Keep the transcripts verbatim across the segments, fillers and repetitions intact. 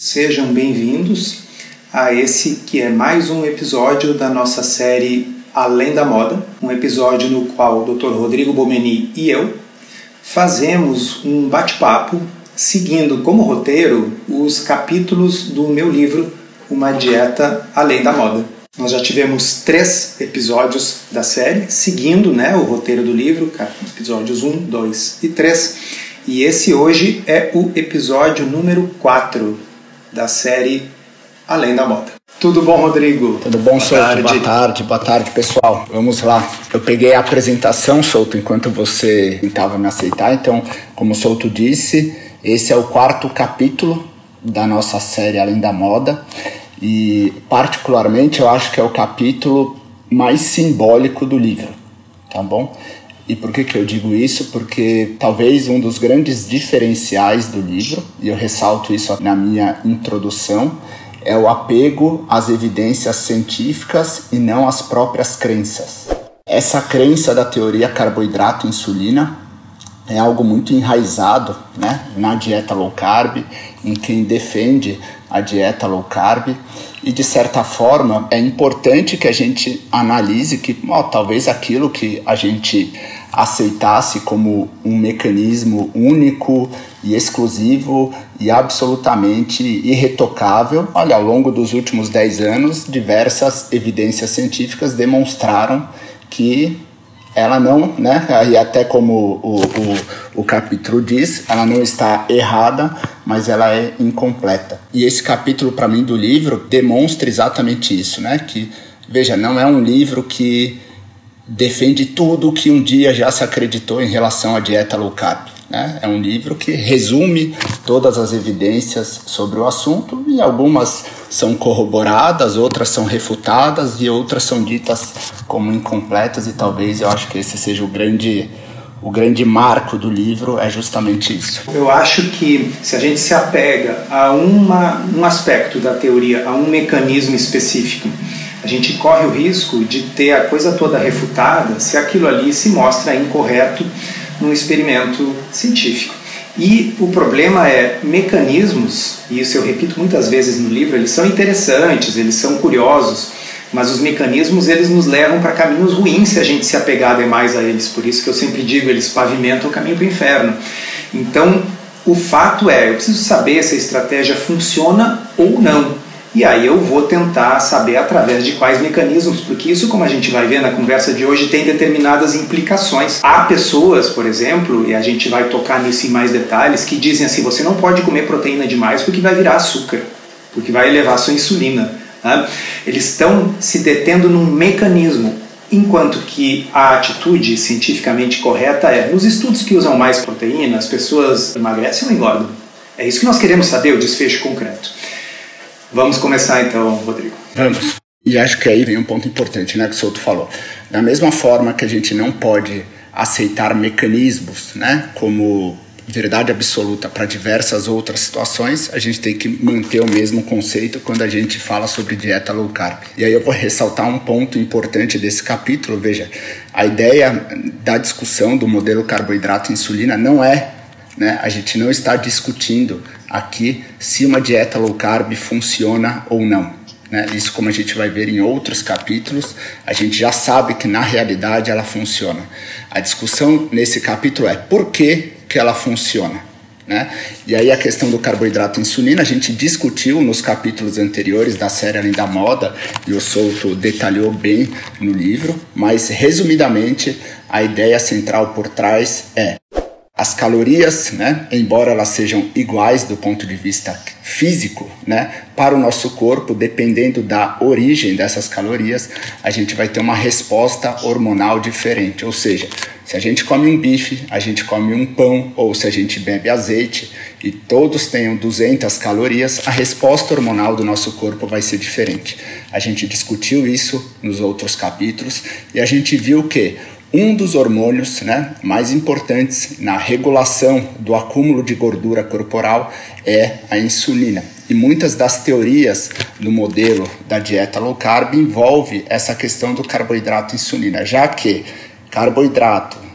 Sejam bem-vindos a esse que é mais um episódio da nossa série Além da Moda, um episódio no qual o doutor Rodrigo Bomeni e eu fazemos um bate-papo seguindo como roteiro os capítulos do meu livro Uma Dieta Além da Moda. Nós já tivemos três episódios da série, seguindo né, o roteiro do livro, episódios um, dois e três, e esse hoje é o episódio número quatro da série Além da Moda. Tudo bom, Rodrigo? Tudo bom, Souto? Boa tarde, boa tarde, pessoal. Vamos lá. Eu peguei a apresentação, Souto, enquanto você tentava me aceitar. Então, como o Souto disse, esse é o quarto capítulo da nossa série Além da Moda. E, particularmente, eu acho que é o capítulo mais simbólico do livro, tá bom? E por que que eu digo isso? Porque talvez um dos grandes diferenciais do livro, e eu ressalto isso na minha introdução, é o apego às evidências científicas e não às próprias crenças. Essa crença da teoria carboidrato-insulina é algo muito enraizado, né, na dieta low carb, em quem defende a dieta low carb, e de certa forma é importante que a gente analise que ó, talvez aquilo que a gente aceitasse como um mecanismo único e exclusivo e absolutamente irretocável. Olha, ao longo dos últimos dez anos, diversas evidências científicas demonstraram que ela não, né, e até como o, o, o capítulo diz, ela não está errada, mas ela é incompleta. E esse capítulo, para mim, do livro, demonstra exatamente isso, né, que, veja, não é um livro que defende tudo o que um dia já se acreditou em relação à dieta low carb, né? É um livro que resume todas as evidências sobre o assunto e algumas são corroboradas, outras são refutadas e outras são ditas como incompletas, e talvez eu acho que esse seja o grande, o grande marco do livro, é justamente isso. Eu acho que se a gente se apega a uma, um aspecto da teoria, a um mecanismo específico, a gente corre o risco de ter a coisa toda refutada se aquilo ali se mostra incorreto num experimento científico. E o problema é, mecanismos, e isso eu repito muitas vezes no livro, eles são interessantes, eles são curiosos, mas os mecanismos eles nos levam para caminhos ruins se a gente se apegar demais a eles. Por isso que eu sempre digo, eles pavimentam o caminho para o inferno. Então, o fato é, eu preciso saber se a estratégia funciona ou não. E aí eu vou tentar saber através de quais mecanismos, porque isso, como a gente vai ver na conversa de hoje, tem determinadas implicações. Há pessoas, por exemplo, e a gente vai tocar nisso em mais detalhes, que dizem assim, você não pode comer proteína demais porque vai virar açúcar, porque vai elevar a sua insulina. Né? Eles estão se detendo num mecanismo, enquanto que a atitude cientificamente correta é, nos estudos que usam mais proteína, as pessoas emagrecem ou engordam. É isso que nós queremos saber, o desfecho concreto. Vamos começar então, Rodrigo. Vamos. E acho que aí vem um ponto importante, né, que o Souto falou. Da mesma forma que a gente não pode aceitar mecanismos, né, como verdade absoluta para diversas outras situações, a gente tem que manter o mesmo conceito quando a gente fala sobre dieta low carb. E aí eu vou ressaltar um ponto importante desse capítulo. Veja, a ideia da discussão do modelo carboidrato-insulina não é, né, a gente não está discutindo aqui se uma dieta low carb funciona ou não, né? Isso, como a gente vai ver em outros capítulos, a gente já sabe que na realidade ela funciona. A discussão nesse capítulo é por que que ela funciona, né? E aí a questão do carboidrato insulina a gente discutiu nos capítulos anteriores da série Além da Moda, e o Souto detalhou bem no livro, mas resumidamente a ideia central por trás é: as calorias, né, embora elas sejam iguais do ponto de vista físico, né, para o nosso corpo, dependendo da origem dessas calorias, a gente vai ter uma resposta hormonal diferente. Ou seja, se a gente come um bife, a gente come um pão, ou se a gente bebe azeite e todos tenham duzentas calorias, a resposta hormonal do nosso corpo vai ser diferente. A gente discutiu isso nos outros capítulos e a gente viu que um dos hormônios, né, mais importantes na regulação do acúmulo de gordura corporal é a insulina. E muitas das teorias do modelo da dieta low carb envolve essa questão do carboidrato insulina, já que carboidrato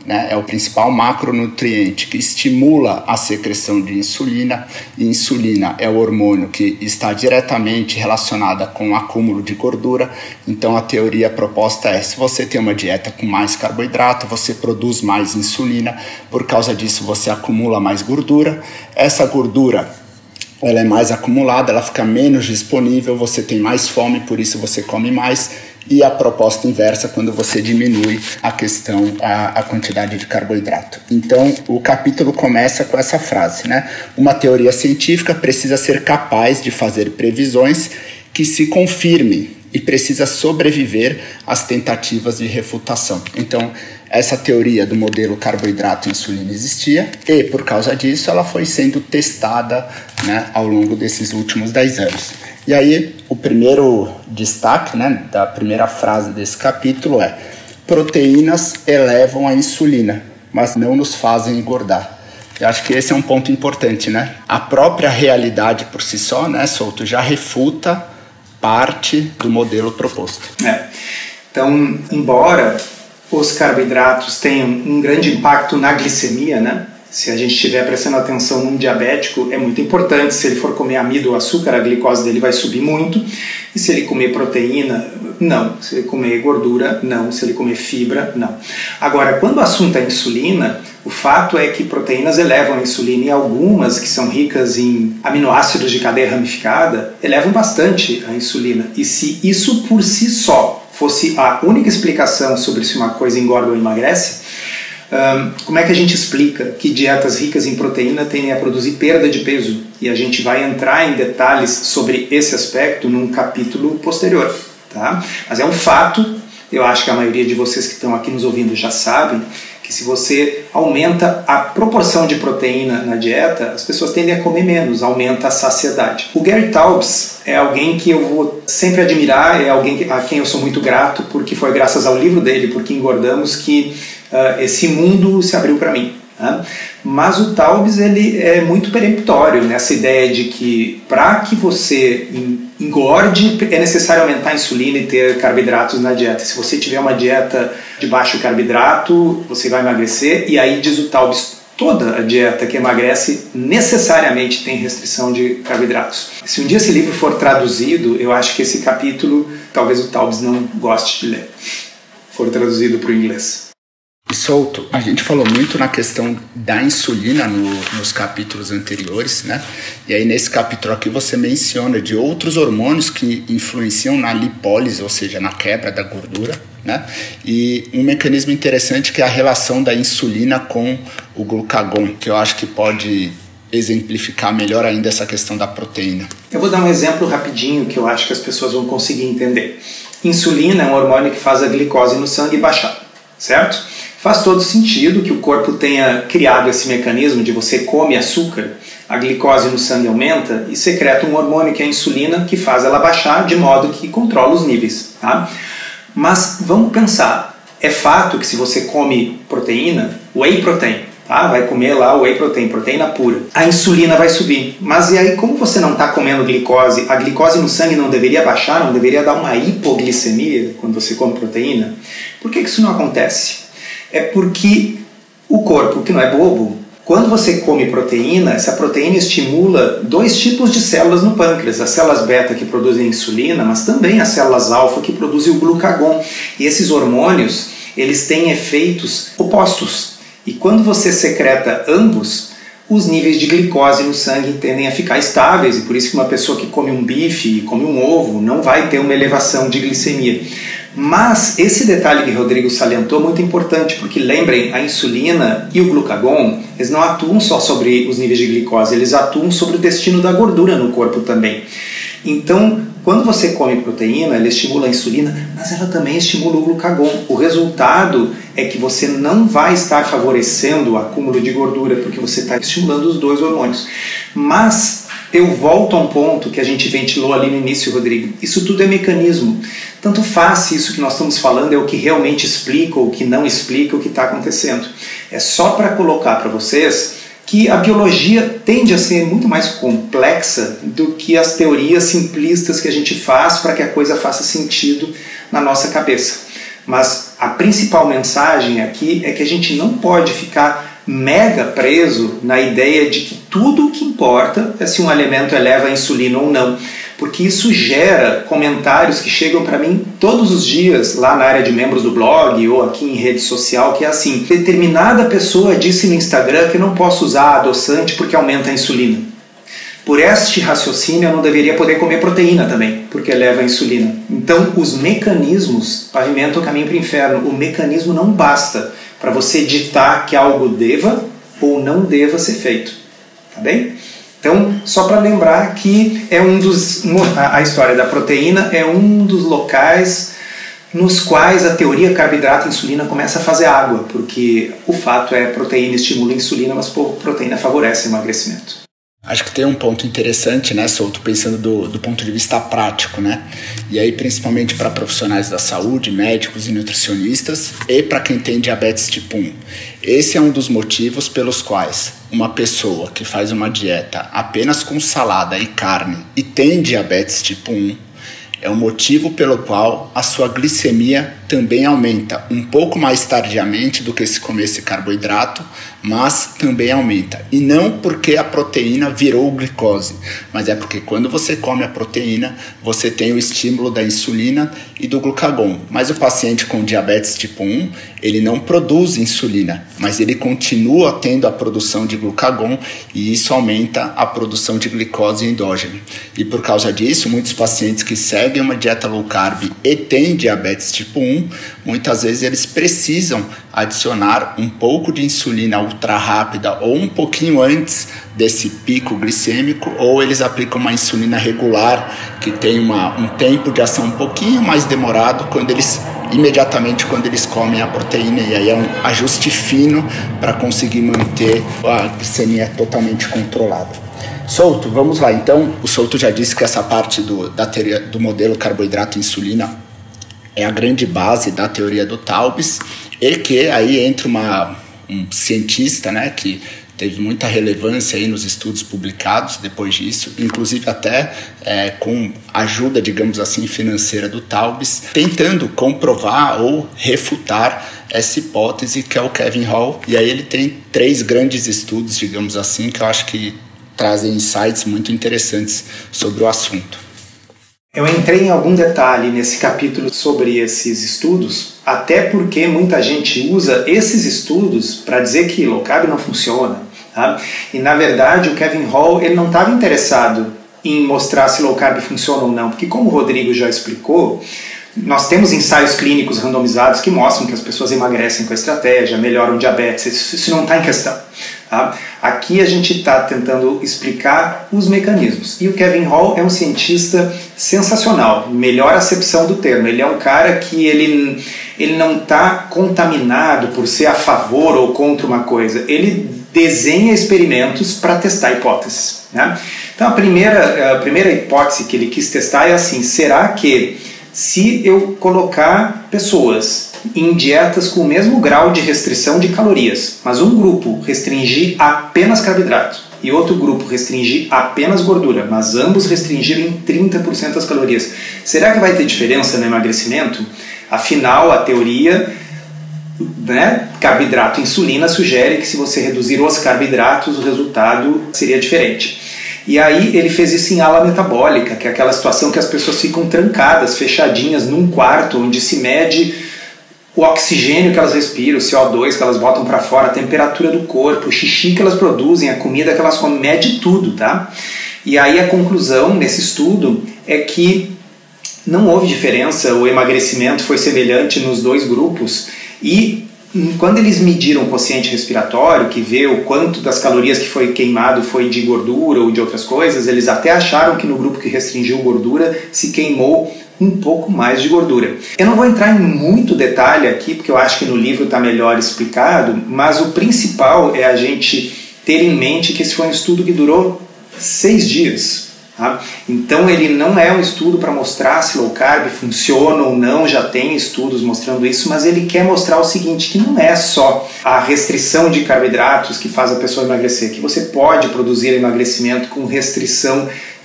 né, é o principal macronutriente que estimula a secreção de insulina. E insulina é o hormônio que está diretamente relacionada com o acúmulo de gordura. Então a teoria proposta é: se você tem uma dieta com mais carboidrato, você produz mais insulina, por causa disso você acumula mais gordura. Essa gordura, ela é mais acumulada, ela fica menos disponível, você tem mais fome, por isso você come mais. E a proposta inversa, quando você diminui a questão, a, a quantidade de carboidrato. Então, o capítulo começa com essa frase, né? Uma teoria científica precisa ser capaz de fazer previsões que se confirmem e precisa sobreviver às tentativas de refutação. Então, essa teoria do modelo carboidrato-insulina existia e, por causa disso, ela foi sendo testada, né, ao longo desses últimos dez anos. E aí, o primeiro destaque, né, da primeira frase desse capítulo é: proteínas elevam a insulina, mas não nos fazem engordar. Eu acho que esse é um ponto importante, né? A própria realidade por si só, né, Souto, já refuta parte do modelo proposto. É. Então, embora os carboidratos tenham um grande impacto na glicemia, né? Se a gente estiver prestando atenção num diabético, é muito importante. Se ele for comer amido ou açúcar, a glicose dele vai subir muito. E se ele comer proteína, não. Se ele comer gordura, não. Se ele comer fibra, não. Agora, quando o assunto é insulina, o fato é que proteínas elevam a insulina e algumas que são ricas em aminoácidos de cadeia ramificada elevam bastante a insulina. E se isso por si só fosse a única explicação sobre se uma coisa engorda ou emagrece, Um, como é que a gente explica que dietas ricas em proteína tendem a produzir perda de peso? E a gente vai entrar em detalhes sobre esse aspecto num capítulo posterior, tá? Mas é um fato, eu acho que a maioria de vocês que estão aqui nos ouvindo já sabem, que se você aumenta a proporção de proteína na dieta, as pessoas tendem a comer menos, aumenta a saciedade. O Gary Taubes é alguém que eu vou sempre admirar, é alguém a quem eu sou muito grato, porque foi graças ao livro dele, Por que Engordamos, que Uh, esse mundo se abriu para mim, né? Mas o Taubes, ele é muito peremptório nessa ideia de que para que você engorde é necessário aumentar a insulina e ter carboidratos na dieta. Se você tiver uma dieta de baixo carboidrato, você vai emagrecer, e aí diz o Taubes, toda a dieta que emagrece necessariamente tem restrição de carboidratos. Se um dia esse livro for traduzido, eu acho que esse capítulo talvez o Taubes não goste de ler, for traduzido para o inglês. Souto, a gente falou muito na questão da insulina no, nos capítulos anteriores, né? E aí nesse capítulo aqui você menciona de outros hormônios que influenciam na lipólise, ou seja, na quebra da gordura, né? E um mecanismo interessante que é a relação da insulina com o glucagon, que eu acho que pode exemplificar melhor ainda essa questão da proteína. Eu vou dar um exemplo rapidinho que eu acho que as pessoas vão conseguir entender. Insulina é um hormônio que faz a glicose no sangue baixar, certo? Faz todo sentido que o corpo tenha criado esse mecanismo de você come açúcar, a glicose no sangue aumenta e secreta um hormônio que é a insulina, que faz ela baixar de modo que controla os níveis, tá? Mas vamos pensar, é fato que se você come proteína, whey protein, tá? Vai comer lá o whey protein, proteína pura, a insulina vai subir. Mas e aí, como você não está comendo glicose, a glicose no sangue não deveria baixar, não deveria dar uma hipoglicemia quando você come proteína? Por que que isso não acontece? É porque o corpo, que não é bobo, quando você come proteína, essa proteína estimula dois tipos de células no pâncreas, as células beta que produzem insulina, mas também as células alfa que produzem o glucagon. E esses hormônios, eles têm efeitos opostos. E quando você secreta ambos, os níveis de glicose no sangue tendem a ficar estáveis, e por isso que uma pessoa que come um bife, come um ovo, não vai ter uma elevação de glicemia. Mas esse detalhe que o Rodrigo salientou é muito importante, porque lembrem, a insulina e o glucagon, eles não atuam só sobre os níveis de glicose, eles atuam sobre o destino da gordura no corpo também. Então, quando você come proteína, ela estimula a insulina, mas ela também estimula o glucagon. O resultado é que você não vai estar favorecendo o acúmulo de gordura, porque você está estimulando os dois hormônios. Mas eu volto a um ponto que a gente ventilou ali no início, Rodrigo. Isso tudo é mecanismo. Tanto faz se isso que nós estamos falando é o que realmente explica ou o que não explica o que está acontecendo. É só para colocar para vocês que a biologia tende a ser muito mais complexa do que as teorias simplistas que a gente faz para que a coisa faça sentido na nossa cabeça. Mas a principal mensagem aqui é que a gente não pode ficar mega preso na ideia de que tudo o que importa é se um alimento eleva a insulina ou não, porque isso gera comentários que chegam para mim todos os dias lá na área de membros do blog ou aqui em rede social, que é assim: determinada pessoa disse no Instagram que eu não posso usar adoçante porque aumenta a insulina. Por este raciocínio, eu não deveria poder comer proteína também, porque eleva a insulina. Então, os mecanismos pavimentam o caminho para o inferno. O mecanismo não basta para você ditar que algo deva ou não deva ser feito. Tá bem? Então, só para lembrar que é um dos, a história da proteína é um dos locais nos quais a teoria carboidrato-insulina começa a fazer água, porque o fato é que proteína estimula a insulina, mas proteína favorece o emagrecimento. Acho que tem um ponto interessante, né, Souto, pensando do, do ponto de vista prático, né? E aí, principalmente para profissionais da saúde, médicos e nutricionistas, e para quem tem diabetes tipo um. Esse é um dos motivos pelos quais uma pessoa que faz uma dieta apenas com salada e carne e tem diabetes tipo um, é o motivo pelo qual a sua glicemia também aumenta, um pouco mais tardiamente do que se comesse carboidrato, mas também aumenta. E não porque a proteína virou glicose, mas é porque quando você come a proteína, você tem o estímulo da insulina e do glucagon. Mas o paciente com diabetes tipo um, ele não produz insulina, mas ele continua tendo a produção de glucagon e isso aumenta a produção de glicose endógena. E por causa disso, muitos pacientes que seguem uma dieta low carb e têm diabetes tipo um, muitas vezes eles precisam adicionar um pouco de insulina ultra rápida ou um pouquinho antes desse pico glicêmico, ou eles aplicam uma insulina regular que tem uma, um tempo de ação um pouquinho mais demorado quando eles, imediatamente quando eles comem a proteína, e aí é um ajuste fino para conseguir manter a glicemia totalmente controlada. Souto, vamos lá então. O Souto já disse que essa parte do, da teoria, do modelo carboidrato-insulina é a grande base da teoria do Taubes, e que aí entra uma, um cientista, né, que teve muita relevância aí nos estudos publicados depois disso, inclusive até é, com ajuda, digamos assim, financeira do Taubes, tentando comprovar ou refutar essa hipótese, que é o Kevin Hall. E aí ele tem três grandes estudos, digamos assim, que eu acho que trazem insights muito interessantes sobre o assunto. Eu entrei em algum detalhe nesse capítulo sobre esses estudos, até porque muita gente usa esses estudos para dizer que low carb não funciona. Tá? E na verdade o Kevin Hall ele não estava interessado em mostrar se low carb funciona ou não, porque como o Rodrigo já explicou, nós temos ensaios clínicos randomizados que mostram que as pessoas emagrecem com a estratégia, melhoram diabetes, isso, isso não está em questão. Tá? Aqui a gente está tentando explicar os mecanismos. E o Kevin Hall é um cientista sensacional, melhor acepção do termo. Ele é um cara que ele, ele não está contaminado por ser a favor ou contra uma coisa. Ele desenha experimentos para testar hipóteses. Né? Então a primeira, a primeira hipótese que ele quis testar é assim: será que se eu colocar pessoas em dietas com o mesmo grau de restrição de calorias, mas um grupo restringir apenas carboidrato e outro grupo restringir apenas gordura, mas ambos restringirem trinta por cento das calorias, será que vai ter diferença no emagrecimento? Afinal, a teoria, né, carboidrato e insulina sugere que se você reduzir os carboidratos, o resultado seria diferente. E aí ele fez isso em ala metabólica, que é aquela situação que as pessoas ficam trancadas, fechadinhas num quarto, onde se mede o oxigênio que elas respiram, o C O dois que elas botam para fora, a temperatura do corpo, o xixi que elas produzem, a comida que elas comem, mede tudo, tá? E aí a conclusão nesse estudo é que não houve diferença, o emagrecimento foi semelhante nos dois grupos, e quando eles mediram o quociente respiratório, que vê o quanto das calorias que foi queimado foi de gordura ou de outras coisas, eles até acharam que no grupo que restringiu gordura se queimou um pouco mais de gordura. Eu não vou entrar em muito detalhe aqui, porque eu acho que no livro está melhor explicado, mas o principal é a gente ter em mente que esse foi um estudo que durou seis dias. Tá? Então ele não é um estudo para mostrar se low carb funciona ou não, já tem estudos mostrando isso, mas ele quer mostrar o seguinte, que não é só a restrição de carboidratos que faz a pessoa emagrecer, que você pode produzir emagrecimento com restrição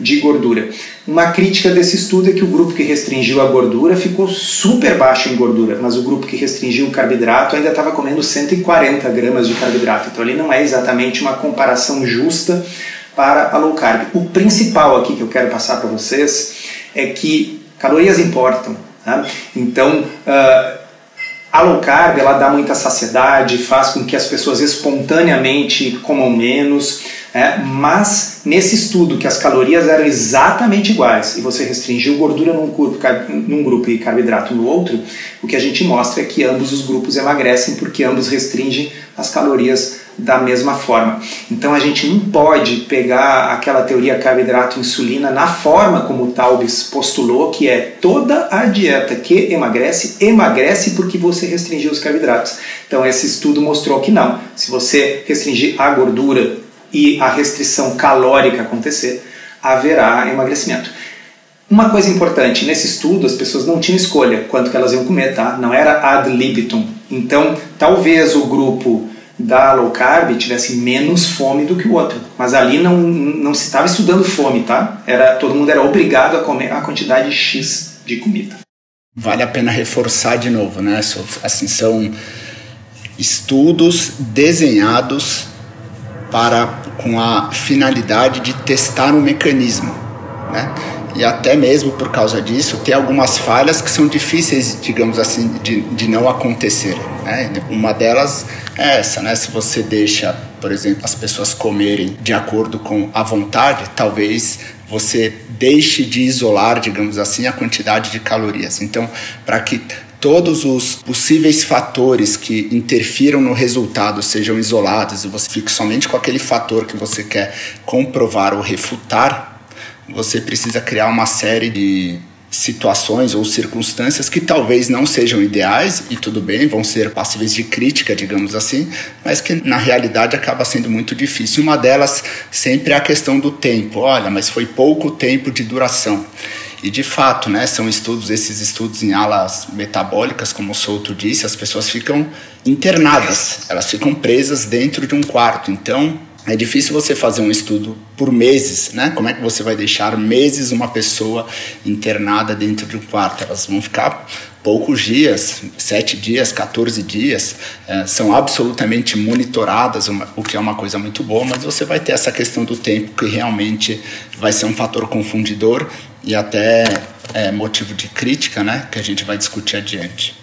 de gordura. Uma crítica desse estudo é que o grupo que restringiu a gordura ficou super baixo em gordura, mas o grupo que restringiu o carboidrato ainda estava comendo cento e quarenta gramas de carboidrato. Então ali não é exatamente uma comparação justa para a low carb. O principal aqui que eu quero passar para vocês é que calorias importam. Tá? Então, uh, a low carb ela dá muita saciedade, faz com que as pessoas espontaneamente comam menos, é, mas nesse estudo que as calorias eram exatamente iguais e você restringiu gordura num grupo, num grupo e carboidrato no outro, o que a gente mostra é que ambos os grupos emagrecem porque ambos restringem as calorias da mesma forma. Então a gente não pode pegar aquela teoria carboidrato-insulina na forma como o Taubes postulou, que é toda a dieta que emagrece, emagrece porque você restringiu os carboidratos. Então esse estudo mostrou que não. Se você restringir a gordura e a restrição calórica acontecer, haverá emagrecimento. Uma coisa importante, nesse estudo as pessoas não tinham escolha quanto que elas iam comer, tá? Não era ad libitum. Então talvez o grupo da low carb tivesse menos fome do que o outro, mas ali não, não se estava estudando fome, tá? Era, todo mundo era obrigado a comer a quantidade X de comida. Vale a pena reforçar de novo, né? Assim, são estudos desenhados para, com a finalidade de testar um mecanismo, né? E até mesmo por causa disso, tem algumas falhas que são difíceis, digamos assim, de, de não acontecer, né? Uma delas é essa, né? Se você deixa, por exemplo, as pessoas comerem de acordo com a vontade, talvez você deixe de isolar, digamos assim, a quantidade de calorias. Então, para que todos os possíveis fatores que interfiram no resultado sejam isolados e você fique somente com aquele fator que você quer comprovar ou refutar, você precisa criar uma série de situações ou circunstâncias que talvez não sejam ideais e tudo bem, vão ser passíveis de crítica, digamos assim, mas que na realidade acaba sendo muito difícil. Uma delas sempre é a questão do tempo. Olha, mas foi pouco tempo de duração. E de fato, né, são estudos, esses estudos em alas metabólicas, como o Souto disse, as pessoas ficam internadas, elas ficam presas dentro de um quarto. Então é difícil você fazer um estudo por meses, né? Como é que você vai deixar meses uma pessoa internada dentro de um quarto? Elas vão ficar poucos dias, sete dias, quatorze dias, é, são absolutamente monitoradas, uma, o que é uma coisa muito boa, mas você vai ter essa questão do tempo que realmente vai ser um fator confundidor e até é, motivo de crítica, né? Que a gente vai discutir adiante.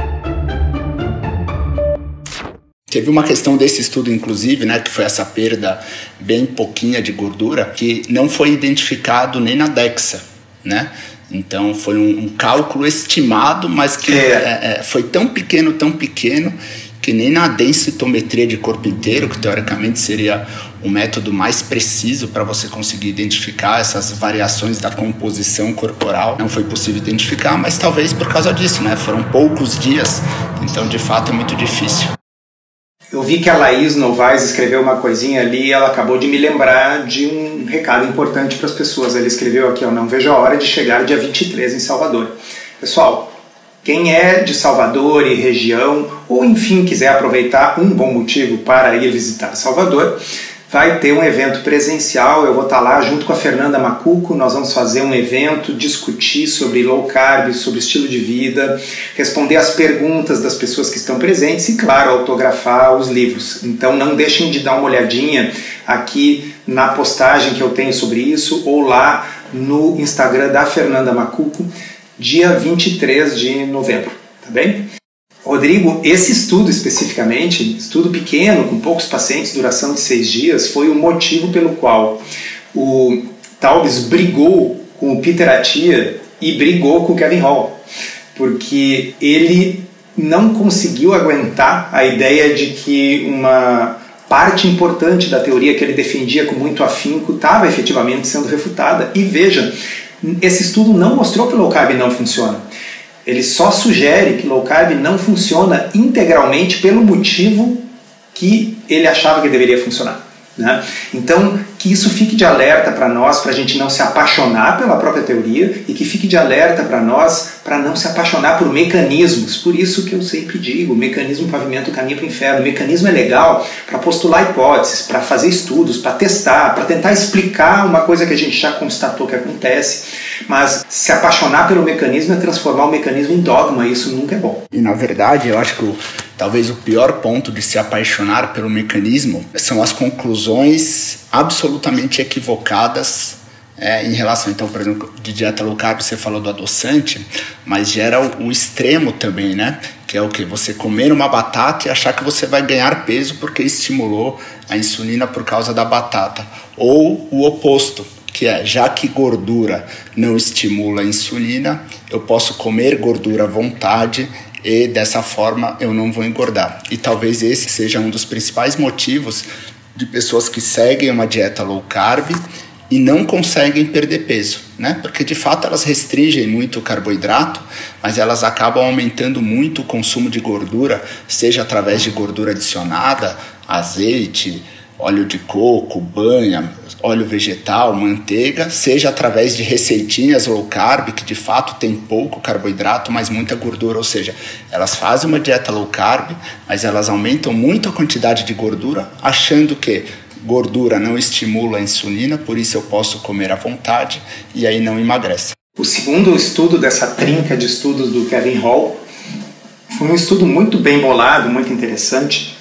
Teve uma questão desse estudo, inclusive, né, que foi essa perda bem pouquinha de gordura, que não foi identificado nem na DEXA, né? Então foi um, um cálculo estimado, mas que é, é, foi tão pequeno, tão pequeno, que nem na densitometria de corpo inteiro, que teoricamente seria o método mais preciso para você conseguir identificar essas variações da composição corporal, não foi possível identificar, mas talvez por causa disso, né? Foram poucos dias, então de fato é muito difícil. Eu vi que a Laís Novaes escreveu uma coisinha ali e ela acabou de me lembrar de um recado importante para as pessoas. Ela escreveu aqui, ó, não vejo a hora de chegar dia vinte e três em Salvador. Pessoal, quem é de Salvador e região, ou enfim quiser aproveitar um bom motivo para ir visitar Salvador, vai ter um evento presencial. Eu vou estar lá junto com a Fernanda Macuco. Nós vamos fazer um evento, discutir sobre low carb, sobre estilo de vida, responder as perguntas das pessoas que estão presentes e, claro, autografar os livros. Então não deixem de dar uma olhadinha aqui na postagem que eu tenho sobre isso ou lá no Instagram da Fernanda Macuco, dia vinte e três de novembro, tá bem? Rodrigo, esse estudo especificamente, estudo pequeno, com poucos pacientes, duração de seis dias, foi o motivo pelo qual o Taubes brigou com o Peter Attia e brigou com o Kevin Hall, porque ele não conseguiu aguentar a ideia de que uma parte importante da teoria que ele defendia com muito afinco estava efetivamente sendo refutada. E veja, esse estudo não mostrou que o low carb não funciona. Ele só sugere que low carb não funciona integralmente pelo motivo que ele achava que deveria funcionar, né? Então, que isso fique de alerta para nós, para a gente não se apaixonar pela própria teoria e que fique de alerta para nós para não se apaixonar por mecanismos. Por isso que eu sempre digo, o mecanismo pavimenta o caminho para o inferno. O mecanismo é legal para postular hipóteses, para fazer estudos, para testar, para tentar explicar uma coisa que a gente já constatou que acontece, mas se apaixonar pelo mecanismo é transformar o mecanismo em dogma, e isso nunca é bom. E na verdade, eu acho que o, talvez o pior ponto de se apaixonar pelo mecanismo são as conclusões absolutamente equivocadas é, em relação, então, por exemplo, de dieta low carb, você falou do adoçante, mas gera o, o extremo também, né? Que é o que? Você comer uma batata e achar que você vai ganhar peso porque estimulou a insulina por causa da batata. Ou o oposto, que é, já que gordura não estimula a insulina, eu posso comer gordura à vontade e dessa forma eu não vou engordar. E talvez esse seja um dos principais motivos de pessoas que seguem uma dieta low carb e não conseguem perder peso, né? Porque de fato elas restringem muito o carboidrato, mas elas acabam aumentando muito o consumo de gordura, seja através de gordura adicionada, azeite, óleo de coco, banha, óleo vegetal, manteiga, seja através de receitinhas low carb, que de fato tem pouco carboidrato, mas muita gordura, ou seja, elas fazem uma dieta low carb, mas elas aumentam muito a quantidade de gordura, achando que gordura não estimula a insulina, por isso eu posso comer à vontade e aí não emagrece. O segundo estudo dessa trinca de estudos do Kevin Hall foi um estudo muito bem bolado, muito interessante,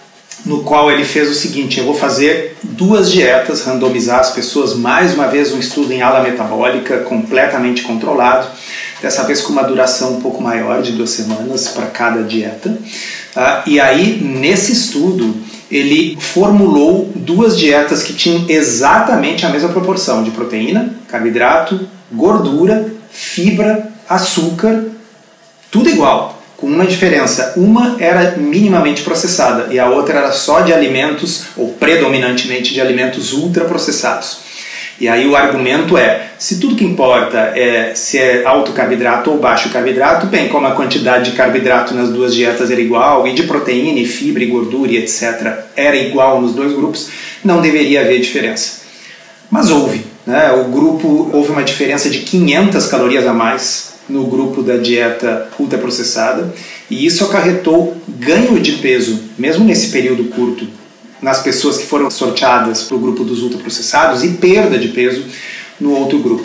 no qual ele fez o seguinte: eu vou fazer duas dietas, randomizar as pessoas, mais uma vez um estudo em ala metabólica completamente controlado, dessa vez com uma duração um pouco maior, de duas semanas para cada dieta. Ah, e aí, nesse estudo, ele formulou duas dietas que tinham exatamente a mesma proporção de proteína, carboidrato, gordura, fibra, açúcar, tudo igual, com uma diferença. Uma era minimamente processada e a outra era só de alimentos, ou predominantemente de alimentos ultraprocessados. E aí o argumento é, se tudo que importa é se é alto carboidrato ou baixo carboidrato, bem, como a quantidade de carboidrato nas duas dietas era igual, e de proteína, e fibra, e gordura, e etcétera era igual nos dois grupos, não deveria haver diferença. Mas houve, né? O grupo, houve uma diferença de quinhentas calorias a mais no grupo da dieta ultraprocessada, e isso acarretou ganho de peso, mesmo nesse período curto, nas pessoas que foram sorteadas para o grupo dos ultraprocessados, e perda de peso no outro grupo.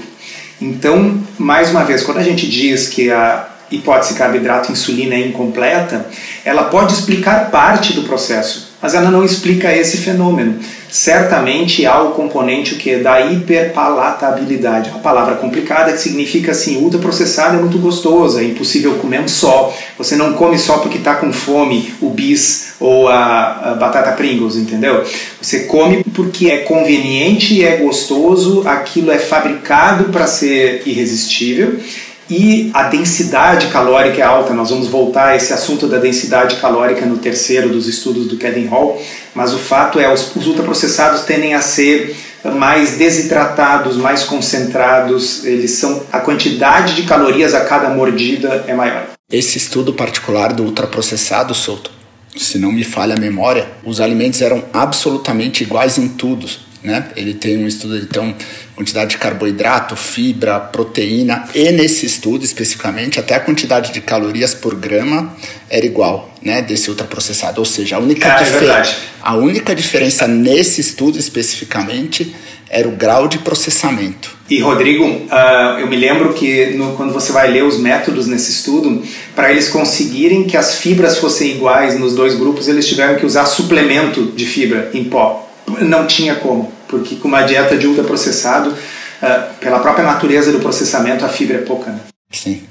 Então, mais uma vez, quando a gente diz que a hipótese carboidrato-insulina é incompleta, ela pode explicar parte do processo, mas ela não explica esse fenômeno. Certamente há o componente o que? Da hiperpalatabilidade, uma palavra complicada que significa assim, ultraprocessado é muito gostoso, é impossível comer um só, você não come só porque está com fome o bis ou a, a batata Pringles, entendeu? Você come porque é conveniente e é gostoso, aquilo é fabricado para ser irresistível. E a densidade calórica é alta. Nós vamos voltar a esse assunto da densidade calórica no terceiro dos estudos do Kevin Hall, mas o fato é que os, os ultraprocessados tendem a ser mais desidratados, mais concentrados, eles são, a quantidade de calorias a cada mordida é maior. Esse estudo particular do ultraprocessado, Souto, se não me falha a memória, os alimentos eram absolutamente iguais em tudo, né? Ele tem um estudo, então, quantidade de carboidrato, fibra, proteína, e nesse estudo especificamente até a quantidade de calorias por grama era igual, né, desse ultraprocessado. Ou seja, a única, é, difer- é a única diferença nesse estudo especificamente era o grau de processamento. E Rodrigo, uh, eu me lembro que no, quando você vai ler os métodos nesse estudo, para eles conseguirem que as fibras fossem iguais nos dois grupos, eles tiveram que usar suplemento de fibra em pó. Não tinha como, porque com uma dieta de ultraprocessado, uh, pela própria natureza do processamento, a fibra é pouca, né? Sim.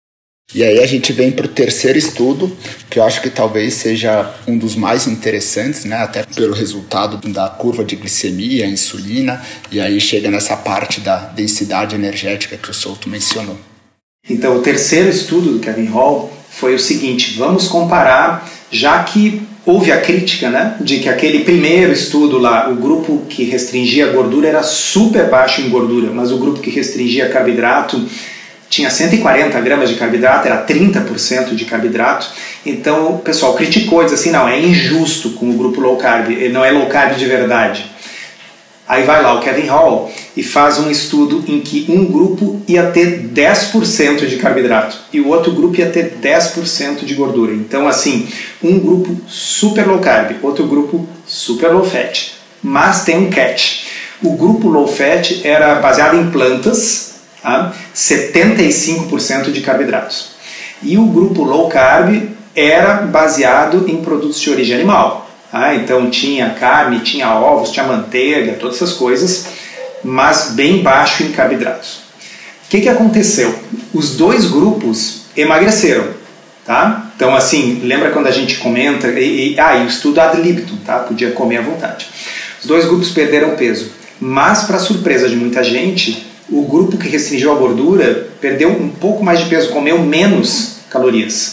E aí a gente vem para o terceiro estudo, que eu acho que talvez seja um dos mais interessantes, né? Até pelo resultado da curva de glicemia, insulina, e aí chega nessa parte da densidade energética que o Souto mencionou. Então, o terceiro estudo do Kevin Hall foi o seguinte: vamos comparar, já que houve a crítica, né, de que aquele primeiro estudo lá, o grupo que restringia a gordura era super baixo em gordura, mas o grupo que restringia carboidrato tinha cento e quarenta gramas de carboidrato, era trinta por cento de carboidrato. Então o pessoal criticou, diz assim, não, é injusto com o grupo low carb, não é low carb de verdade. Aí vai lá o Kevin Hall e faz um estudo em que um grupo ia ter dez por cento de carboidrato e o outro grupo ia ter dez por cento de gordura. Então, assim, um grupo super low carb, outro grupo super low fat. Mas tem um catch. O grupo low fat era baseado em plantas, tá? setenta e cinco por cento de carboidratos. E o grupo low carb era baseado em produtos de origem animal. Ah, então tinha carne, tinha ovos, tinha manteiga, todas essas coisas, mas bem baixo em carboidratos. O que, que aconteceu? Os dois grupos emagreceram, tá? Então, assim, lembra quando a gente comenta, e, e, ah, e o estudo ad libitum, tá? Podia comer à vontade. Os dois grupos perderam peso, mas, para surpresa de muita gente, o grupo que restringiu a gordura perdeu um pouco mais de peso, comeu menos calorias.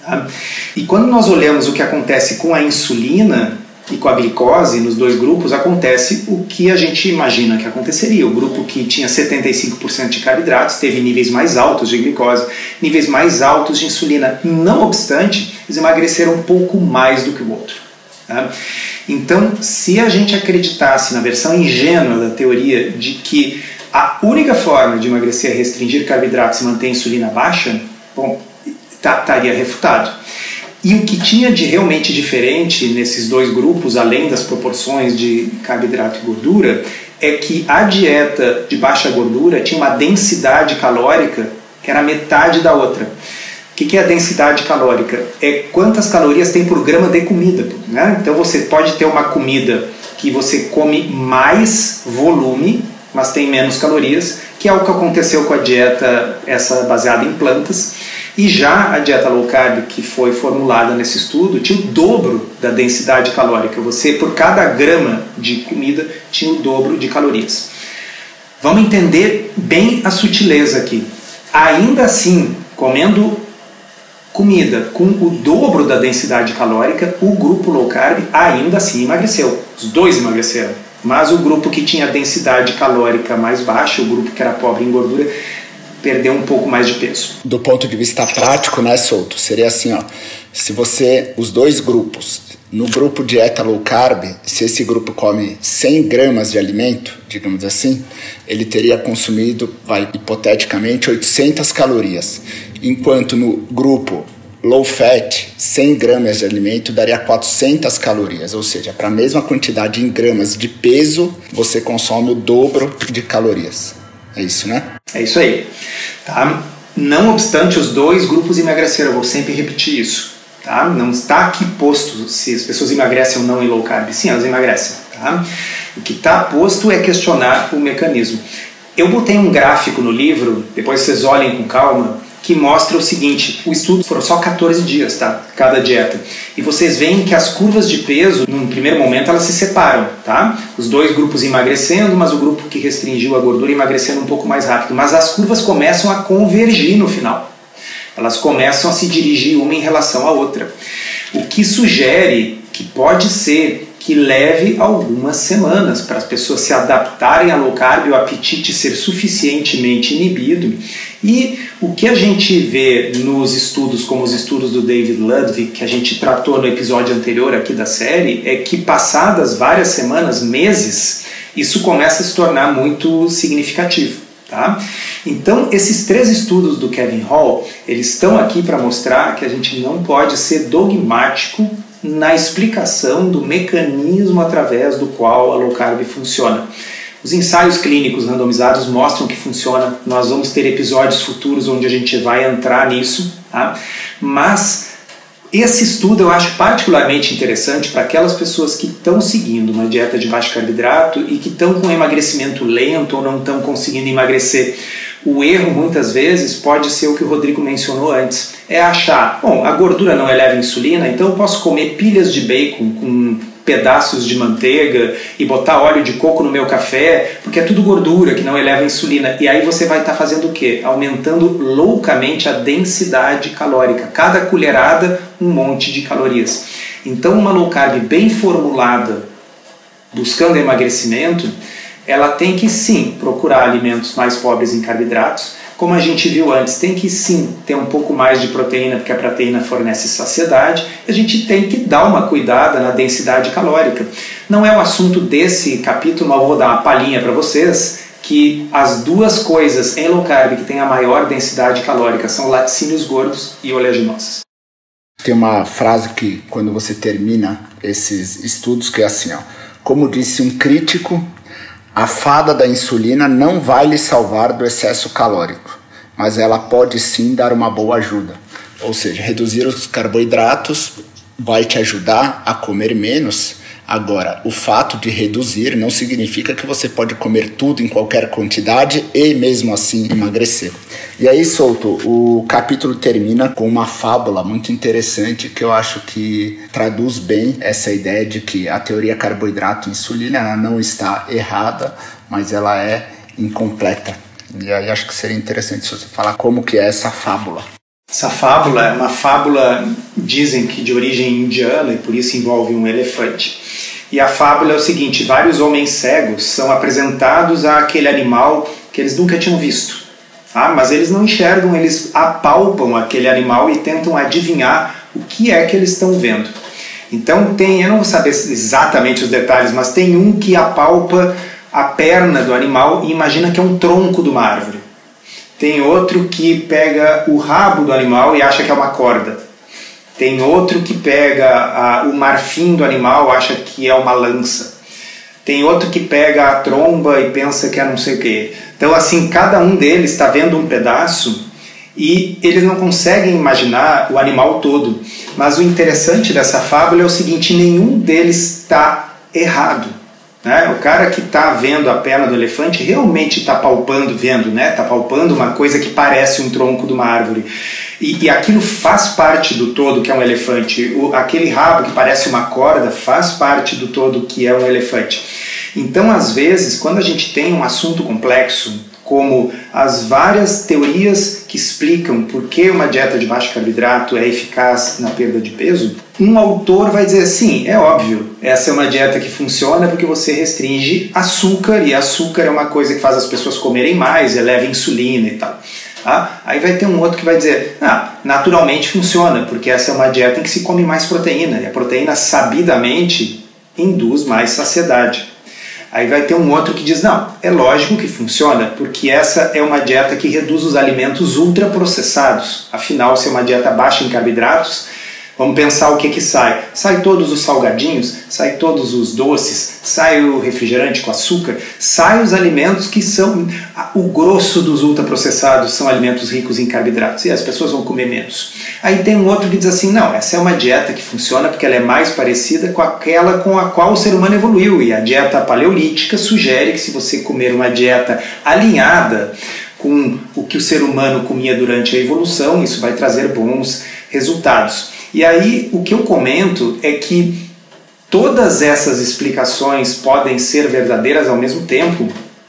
E quando nós olhamos o que acontece com a insulina e com a glicose nos dois grupos, acontece o que a gente imagina que aconteceria. O grupo que tinha setenta e cinco por cento de carboidratos teve níveis mais altos de glicose, níveis mais altos de insulina. Não obstante, eles emagreceram um pouco mais do que o outro. Tá? Então, se a gente acreditasse na versão ingênua da teoria de que a única forma de emagrecer é restringir carboidratos e manter a insulina baixa, bom, estaria refutado. E o que tinha de realmente diferente nesses dois grupos, além das proporções de carboidrato e gordura, é que a dieta de baixa gordura tinha uma densidade calórica que era metade da outra. O que é a densidade calórica? É quantas calorias tem por grama de comida. Né? Então você pode ter uma comida que você come mais volume, mas tem menos calorias, que é o que aconteceu com a dieta essa baseada em plantas. E já a dieta low carb, que foi formulada nesse estudo, tinha o dobro da densidade calórica. Você, por cada grama de comida, tinha o dobro de calorias. Vamos entender bem a sutileza aqui. Ainda assim, comendo comida com o dobro da densidade calórica, o grupo low carb ainda assim emagreceu. Os dois emagreceram. Mas o grupo que tinha densidade calórica mais baixa, o grupo que era pobre em gordura, perdeu um pouco mais de peso. Do ponto de vista prático, né, Souto? Seria assim, ó, se você, os dois grupos, no grupo dieta low carb, se esse grupo come cem gramas de alimento, digamos assim, ele teria consumido, vai, hipoteticamente, oitocentas calorias, enquanto no grupo low fat, cem gramas de alimento daria quatrocentas calorias, ou seja, para a mesma quantidade em gramas de peso, você consome o dobro de calorias. É isso, né? É isso aí. Tá? Não obstante, os dois grupos emagreceram. Eu vou sempre repetir isso. Tá? Não está aqui posto se as pessoas emagrecem ou não em low carb. Sim, elas emagrecem. Tá? O que está posto é questionar o mecanismo. Eu botei um gráfico no livro, depois vocês olhem com calma, que mostra o seguinte: o estudo foram só quatorze dias, tá? Cada dieta. E vocês veem que as curvas de peso, num primeiro momento, elas se separam, tá? Os dois grupos emagrecendo, mas o grupo que restringiu a gordura emagrecendo um pouco mais rápido. Mas as curvas começam a convergir no final. Elas começam a se dirigir uma em relação à outra. O que sugere que pode ser que leve algumas semanas para as pessoas se adaptarem a low carb e o apetite ser suficientemente inibido. E o que a gente vê nos estudos, como os estudos do David Ludwig, que a gente tratou no episódio anterior aqui da série, é que passadas várias semanas, meses, isso começa a se tornar muito significativo. Tá? Então, esses três estudos do Kevin Hall, eles estão aqui para mostrar que a gente não pode ser dogmático na explicação do mecanismo através do qual a low carb funciona. Os ensaios clínicos randomizados mostram que funciona. Nós vamos ter episódios futuros onde a gente vai entrar nisso, tá? Mas esse estudo eu acho particularmente interessante para aquelas pessoas que estão seguindo uma dieta de baixo carboidrato e que estão com emagrecimento lento ou não estão conseguindo emagrecer. O erro, muitas vezes, pode ser o que o Rodrigo mencionou antes. É achar, bom, a gordura não eleva insulina, então eu posso comer pilhas de bacon com pedaços de manteiga e botar óleo de coco no meu café, porque é tudo gordura que não eleva insulina. E aí você vai estar tá fazendo o quê? Aumentando loucamente a densidade calórica. Cada colherada, um monte de calorias. Então, uma low carb bem formulada, buscando emagrecimento, ela tem que sim procurar alimentos mais pobres em carboidratos, como a gente viu antes, tem que sim ter um pouco mais de proteína, porque a proteína fornece saciedade, a gente tem que dar uma cuidada na densidade calórica. Não é o assunto desse capítulo, mas eu vou dar uma palhinha para vocês, que as duas coisas em low carb que têm a maior densidade calórica são laticínios gordos e oleaginosas. Tem uma frase que, quando você termina esses estudos, que é assim, ó, como disse um crítico, a fada da insulina não vai lhe salvar do excesso calórico, mas ela pode sim dar uma boa ajuda. Ou seja, reduzir os carboidratos vai te ajudar a comer menos. Agora, o fato de reduzir não significa que você pode comer tudo em qualquer quantidade e mesmo assim emagrecer. E aí, Souto, o capítulo termina com uma fábula muito interessante que eu acho que traduz bem essa ideia de que a teoria carboidrato-insulina ela não está errada, mas ela é incompleta. E aí acho que seria interessante se você falar como que é essa fábula. Essa fábula é uma fábula, dizem que de origem indiana, e por isso envolve um elefante. E a fábula é o seguinte: vários homens cegos são apresentados àquele animal que eles nunca tinham visto. Tá? Mas eles não enxergam, eles apalpam aquele animal e tentam adivinhar o que é que eles estão vendo. Então tem, eu não vou saber exatamente os detalhes, mas tem um que apalpa a perna do animal e imagina que é um tronco de uma árvore. Tem outro que pega o rabo do animal e acha que é uma corda. Tem outro que pega a, o marfim do animal e acha que é uma lança. Tem outro que pega a tromba e pensa que é não sei o quê. Então, assim, cada um deles está vendo um pedaço e eles não conseguem imaginar o animal todo. Mas o interessante dessa fábula é o seguinte: nenhum deles está errado. Né? O cara que está vendo a perna do elefante realmente está palpando, vendo, né? Está palpando uma coisa que parece um tronco de uma árvore. E, e aquilo faz parte do todo que é um elefante. O, aquele rabo que parece uma corda faz parte do todo que é um elefante. Então, às vezes, quando a gente tem um assunto complexo, como as várias teorias que explicam por que uma dieta de baixo carboidrato é eficaz na perda de peso, um autor vai dizer assim: é óbvio, essa é uma dieta que funciona porque você restringe açúcar, e açúcar é uma coisa que faz as pessoas comerem mais, eleva a insulina e tal. Ah, aí vai ter um outro que vai dizer: ah, naturalmente funciona, porque essa é uma dieta em que se come mais proteína, e a proteína sabidamente induz mais saciedade. Aí vai ter um outro que diz: não, é lógico que funciona, porque essa é uma dieta que reduz os alimentos ultraprocessados. Afinal, se é uma dieta baixa em carboidratos, vamos pensar o que que sai. Sai todos os salgadinhos, sai todos os doces, sai o refrigerante com açúcar, sai os alimentos que são... O grosso dos ultraprocessados são alimentos ricos em carboidratos, e as pessoas vão comer menos. Aí tem um outro que diz assim: não, essa é uma dieta que funciona porque ela é mais parecida com aquela com a qual o ser humano evoluiu, e a dieta paleolítica sugere que se você comer uma dieta alinhada com o que o ser humano comia durante a evolução, isso vai trazer bons resultados. E aí o que eu comento é que todas essas explicações podem ser verdadeiras ao mesmo tempo,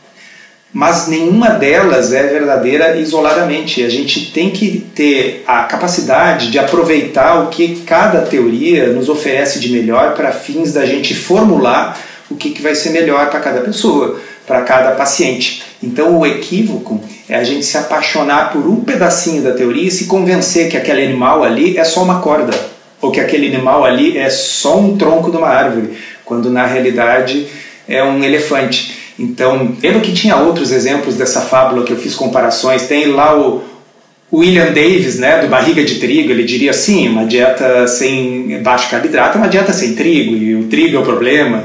mas nenhuma delas é verdadeira isoladamente. A gente tem que ter a capacidade de aproveitar o que cada teoria nos oferece de melhor para fins da gente formular o que, que vai ser melhor para cada pessoa, para cada paciente. Então o equívoco é a gente se apaixonar por um pedacinho da teoria e se convencer que aquele animal ali é só uma corda, ou que aquele animal ali é só um tronco de uma árvore, quando na realidade é um elefante. Então, lembra que tinha outros exemplos dessa fábula que eu fiz comparações? Tem lá o William Davis, né, do Barriga de Trigo, ele diria assim: uma dieta sem baixo carboidrato é uma dieta sem trigo, e o trigo é o problema.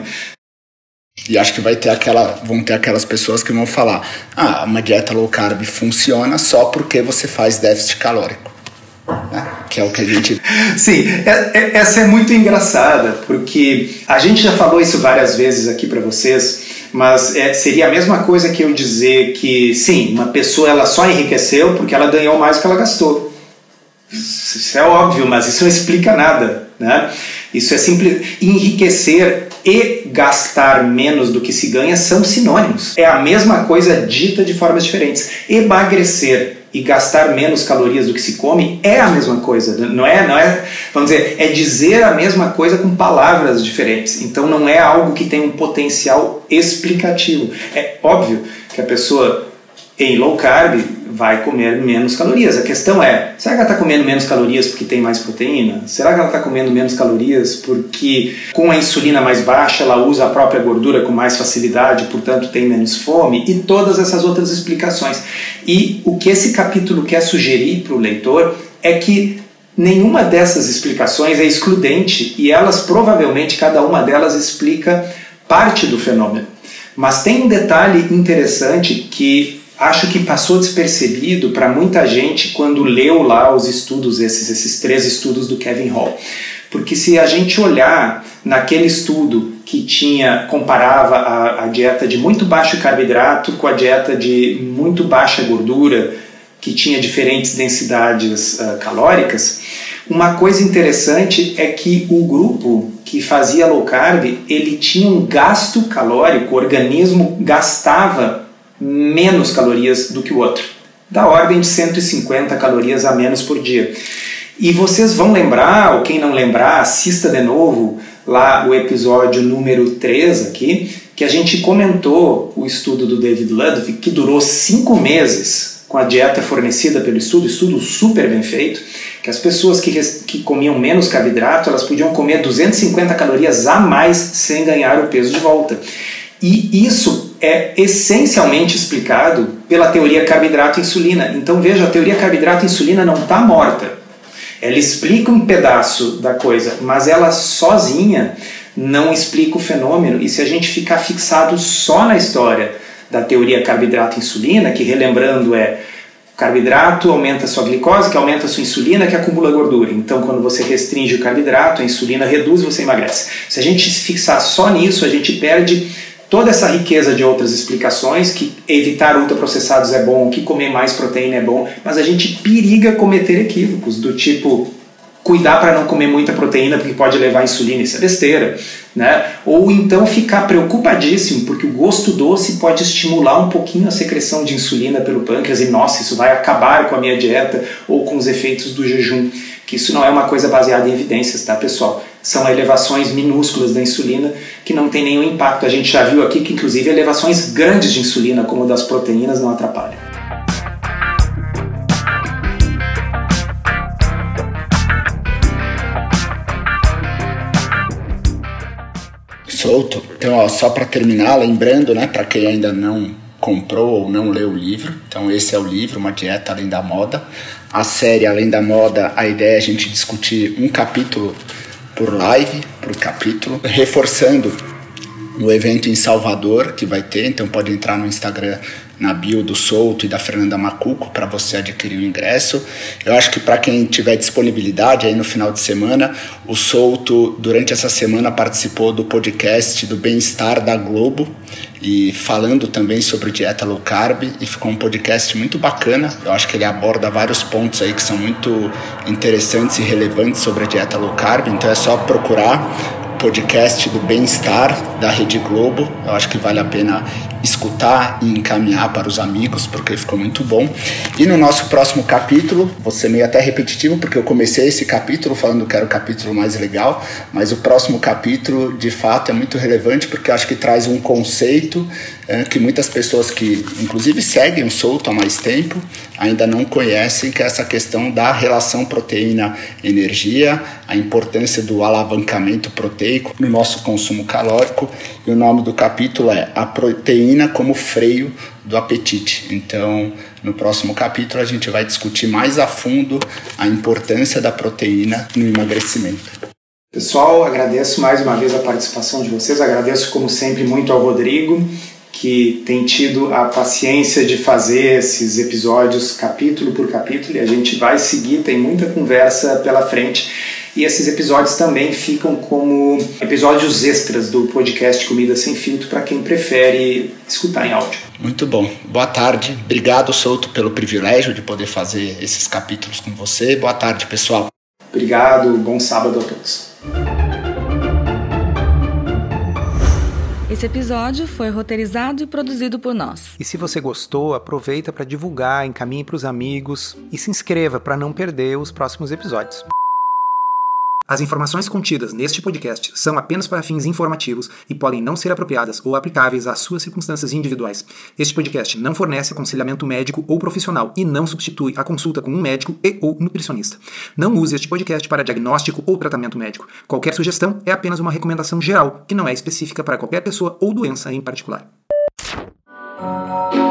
E acho que vai ter aquela, vão ter aquelas pessoas que vão falar: ah, uma dieta low carb funciona só porque você faz déficit calórico. Né? Que é o que a gente... Sim, é, é, essa é muito engraçada, porque a gente já falou isso várias vezes aqui para vocês, mas é, seria a mesma coisa que eu dizer que, sim, uma pessoa ela só enriqueceu porque ela ganhou mais do que ela gastou. Isso é óbvio, mas isso não explica nada, né? Isso é simples. Enriquecer e gastar menos do que se ganha são sinônimos. É a mesma coisa dita de formas diferentes. Emagrecer e gastar menos calorias do que se come é a mesma coisa, não é, não é, vamos dizer, é dizer a mesma coisa com palavras diferentes. Então não é algo que tem um potencial explicativo. É óbvio que a pessoa em low carb vai comer menos calorias. A questão é, será que ela está comendo menos calorias porque tem mais proteína? Será que ela está comendo menos calorias porque com a insulina mais baixa ela usa a própria gordura com mais facilidade, portanto tem menos fome? E todas essas outras explicações. E o que esse capítulo quer sugerir para o leitor é que nenhuma dessas explicações é excludente e elas provavelmente, cada uma delas explica parte do fenômeno. Mas tem um detalhe interessante que acho que passou despercebido para muita gente quando leu lá os estudos, esses, esses três estudos do Kevin Hall. Porque se a gente olhar naquele estudo que tinha, comparava a, a dieta de muito baixo carboidrato com a dieta de muito baixa gordura, que tinha diferentes densidades uh, calóricas, uma coisa interessante é que o grupo que fazia low carb, ele tinha um gasto calórico, o organismo gastava menos calorias do que o outro, da ordem de cento e cinquenta calorias a menos por dia. E vocês vão lembrar, ou quem não lembrar, assista de novo lá o episódio número três aqui, que a gente comentou o estudo do David Ludwig, que durou cinco meses com a dieta fornecida pelo estudo, estudo super bem feito, que as pessoas que, que comiam menos carboidrato, elas podiam comer duzentas e cinquenta calorias a mais sem ganhar o peso de volta. E isso é essencialmente explicado pela teoria carboidrato-insulina. Então veja, a teoria carboidrato-insulina não está morta. Ela explica um pedaço da coisa, mas ela sozinha não explica o fenômeno. E se a gente ficar fixado só na história da teoria carboidrato-insulina, que relembrando é o carboidrato aumenta a sua glicose, que aumenta a sua insulina, que acumula gordura. Então, quando você restringe o carboidrato, a insulina reduz e você emagrece. Se a gente se fixar só nisso, a gente perde toda essa riqueza de outras explicações, que evitar ultraprocessados é bom, que comer mais proteína é bom, mas a gente periga cometer equívocos, do tipo cuidar para não comer muita proteína porque pode levar a insulina, isso é besteira, né? Ou então ficar preocupadíssimo porque o gosto doce pode estimular um pouquinho a secreção de insulina pelo pâncreas e, nossa, isso vai acabar com a minha dieta ou com os efeitos do jejum, que isso não é uma coisa baseada em evidências, tá, pessoal? São elevações minúsculas da insulina que não tem nenhum impacto. A gente já viu aqui que, inclusive, elevações grandes de insulina, como das proteínas, não atrapalham. Solto. Então, ó, só para terminar, lembrando, né, para quem ainda não comprou ou não leu o livro, então esse é o livro, Uma Dieta Além da Moda. A série Além da Moda, a ideia é a gente discutir um capítulo por live, por capítulo, reforçando o evento em Salvador que vai ter, então pode entrar no Instagram, na bio do Souto e da Fernanda Macuco para você adquirir o ingresso. Eu acho que para quem tiver disponibilidade aí no final de semana, o Souto durante essa semana participou do podcast do Bem-Estar da Globo e falando também sobre dieta low carb, e ficou um podcast muito bacana. Eu acho que ele aborda vários pontos aí que são muito interessantes e relevantes sobre a dieta low carb, então é só procurar podcast do Bem-Estar da Rede Globo. Eu acho que vale a pena escutar e encaminhar para os amigos, porque ficou muito bom. E no nosso próximo capítulo, vou ser meio até repetitivo, porque eu comecei esse capítulo falando que era o capítulo mais legal, mas o próximo capítulo, de fato, é muito relevante, porque eu acho que traz um conceito é, que muitas pessoas que, inclusive, seguem o Souto há mais tempo, ainda não conhecem, que é essa questão da relação proteína-energia, a importância do alavancamento proteico no nosso consumo calórico. E o nome do capítulo é A Proteína como Freio do Apetite. Então, no próximo capítulo, a gente vai discutir mais a fundo a importância da proteína no emagrecimento. Pessoal, agradeço mais uma vez a participação de vocês, agradeço como sempre muito ao Rodrigo, que tem tido a paciência de fazer esses episódios capítulo por capítulo, e a gente vai seguir, tem muita conversa pela frente. E esses episódios também ficam como episódios extras do podcast Comida Sem Filtro para quem prefere escutar em áudio. Muito bom. Boa tarde. Obrigado, Souto, pelo privilégio de poder fazer esses capítulos com você. Boa tarde, pessoal. Obrigado. Bom sábado a todos. Esse episódio foi roteirizado e produzido por nós. E se você gostou, aproveita para divulgar, encaminhe para os amigos e se inscreva para não perder os próximos episódios. As informações contidas neste podcast são apenas para fins informativos e podem não ser apropriadas ou aplicáveis às suas circunstâncias individuais. Este podcast não fornece aconselhamento médico ou profissional e não substitui a consulta com um médico e ou nutricionista. Não use este podcast para diagnóstico ou tratamento médico. Qualquer sugestão é apenas uma recomendação geral, que não é específica para qualquer pessoa ou doença em particular.